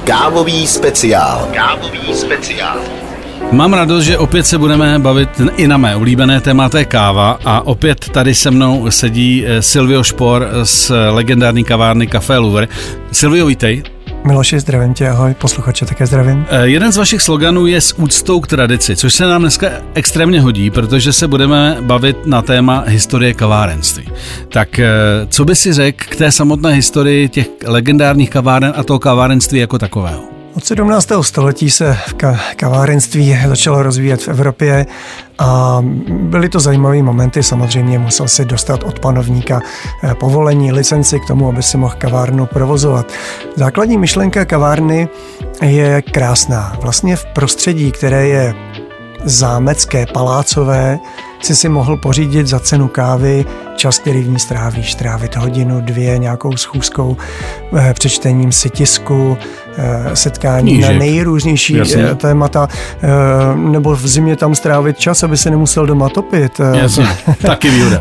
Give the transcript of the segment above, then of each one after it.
Kávový speciál. Mám radost, že opět se budeme bavit i na mé oblíbené téma, to je káva, a opět tady se mnou sedí Silvio Špor z legendární kavárny Café Louvre. Silvio, vítej. Miloši, zdravím tě, ahoj, posluchače také zdravím. Jeden z vašich sloganů je s úctou k tradici, což se nám dneska extrémně hodí, protože se budeme bavit na téma historie kavárenství. Tak co by si řekl k té samotné historii těch legendárních kaváren a toho kavárenství jako takového? Od 17. století se kavárenství začalo rozvíjet v Evropě a byly to zajímavé momenty. Samozřejmě musel si dostat od panovníka povolení, licenci k tomu, aby si mohl kavárnu provozovat. Základní myšlenka kavárny je krásná. Vlastně v prostředí, které je zámecké, palácové, si mohl pořídit za cenu kávy čas, který v ní strávíš. Trávit hodinu, dvě nějakou schůzkou, přečtením si tisku, setkání na nejrůznější témata, nebo v zimě tam strávit čas, aby se nemusel doma topit. Jasně, taky výhoda.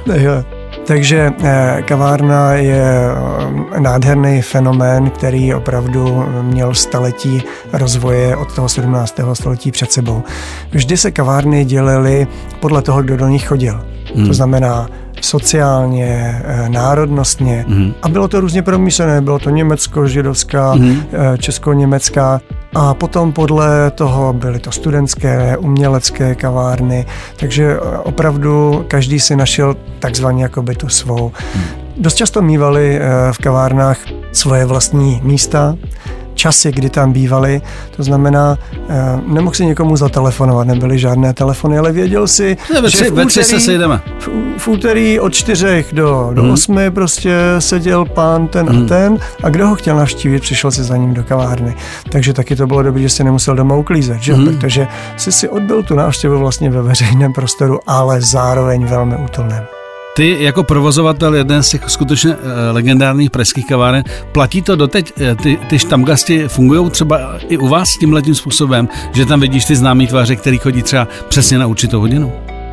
Takže kavárna je nádherný fenomén, který opravdu měl staletí rozvoje od toho 17. století před sebou. Vždy se kavárny dělily podle toho, kdo do nich chodil. To znamená sociálně, národnostně. A bylo to různě promyšlené. Bylo to německo-židovská, česko-německá. A potom podle toho byly to studentské, umělecké kavárny. Takže opravdu každý si našel takzvaně jakoby tu svou. Dost často mívali v kavárnách svoje vlastní místa, časy, kdy tam bývali, to znamená, nemohl si někomu zatelefonovat, nebyly žádné telefony, ale věděl si, že ve tři se sejdeme. V úterý od 4 do 8 prostě seděl pán ten a ten a kdo ho chtěl navštívit, přišel si za ním do kavárny. Takže taky to bylo dobré, že si nemusel doma uklízet, že? Protože si odbyl tu návštěvu vlastně ve veřejném prostoru, ale zároveň velmi útulném. Ty jako provozovatel jedné z těch skutečně legendárních pražských kaváren, platí to doteď? Ty štamgasti fungují třeba i u vás tímhletím způsobem, že tam vidíš ty známý tváře, který chodí třeba přesně na určitou hodinu?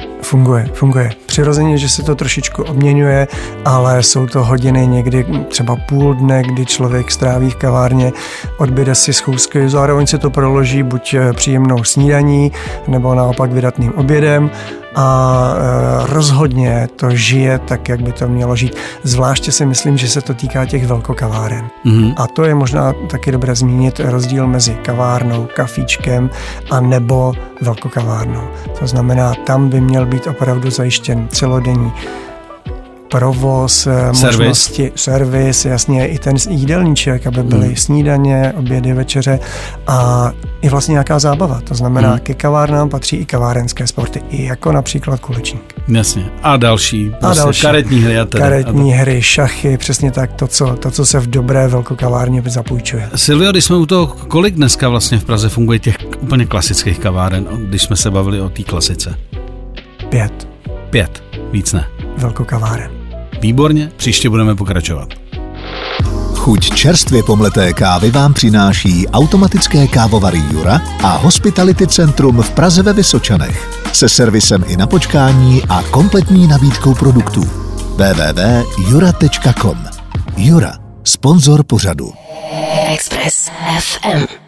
Funguje. Přirozeně, že se to trošičku obměňuje, ale jsou to hodiny někdy třeba půl dne, kdy člověk stráví v kavárně, odbyde si schůzky, zároveň se to proloží buď příjemnou snídaní, nebo naopak vydatným obědem a rozhodně to žije tak, jak by to mělo žít. Zvláště si myslím, že se to týká těch velkokaváren. A to je možná taky dobré zmínit rozdíl mezi kavárnou, kafíčkem a nebo velkokavárnou. To znamená, tam by měl být opravdu zajištěn celodenní provoz, možnosti, servis, jasně, i ten jídelníček, aby byly snídaně, obědy, večeře a i vlastně nějaká zábava. To znamená, ke kavárnám patří i kavárenské sporty, i jako například kulečník. Jasně. A další. Karetní hry. Karetní hry, šachy, přesně tak, to, co se v dobré velkokavárně zapůjčuje. Silvio, když jsme u toho, kolik dneska vlastně v Praze funguje těch úplně klasických kaváren, když jsme se bavili o té klasice? 5. Víc ne. Velkokaváren. Výborně, příště budeme pokračovat. Chuť čerstvě pomleté kávy vám přináší automatické kávovary Jura a Hospitality Centrum v Praze ve Vysočanech. Se servisem i na počkání a kompletní nabídkou produktů. www.jura.com. Jura, sponzor pořadu. Express FM.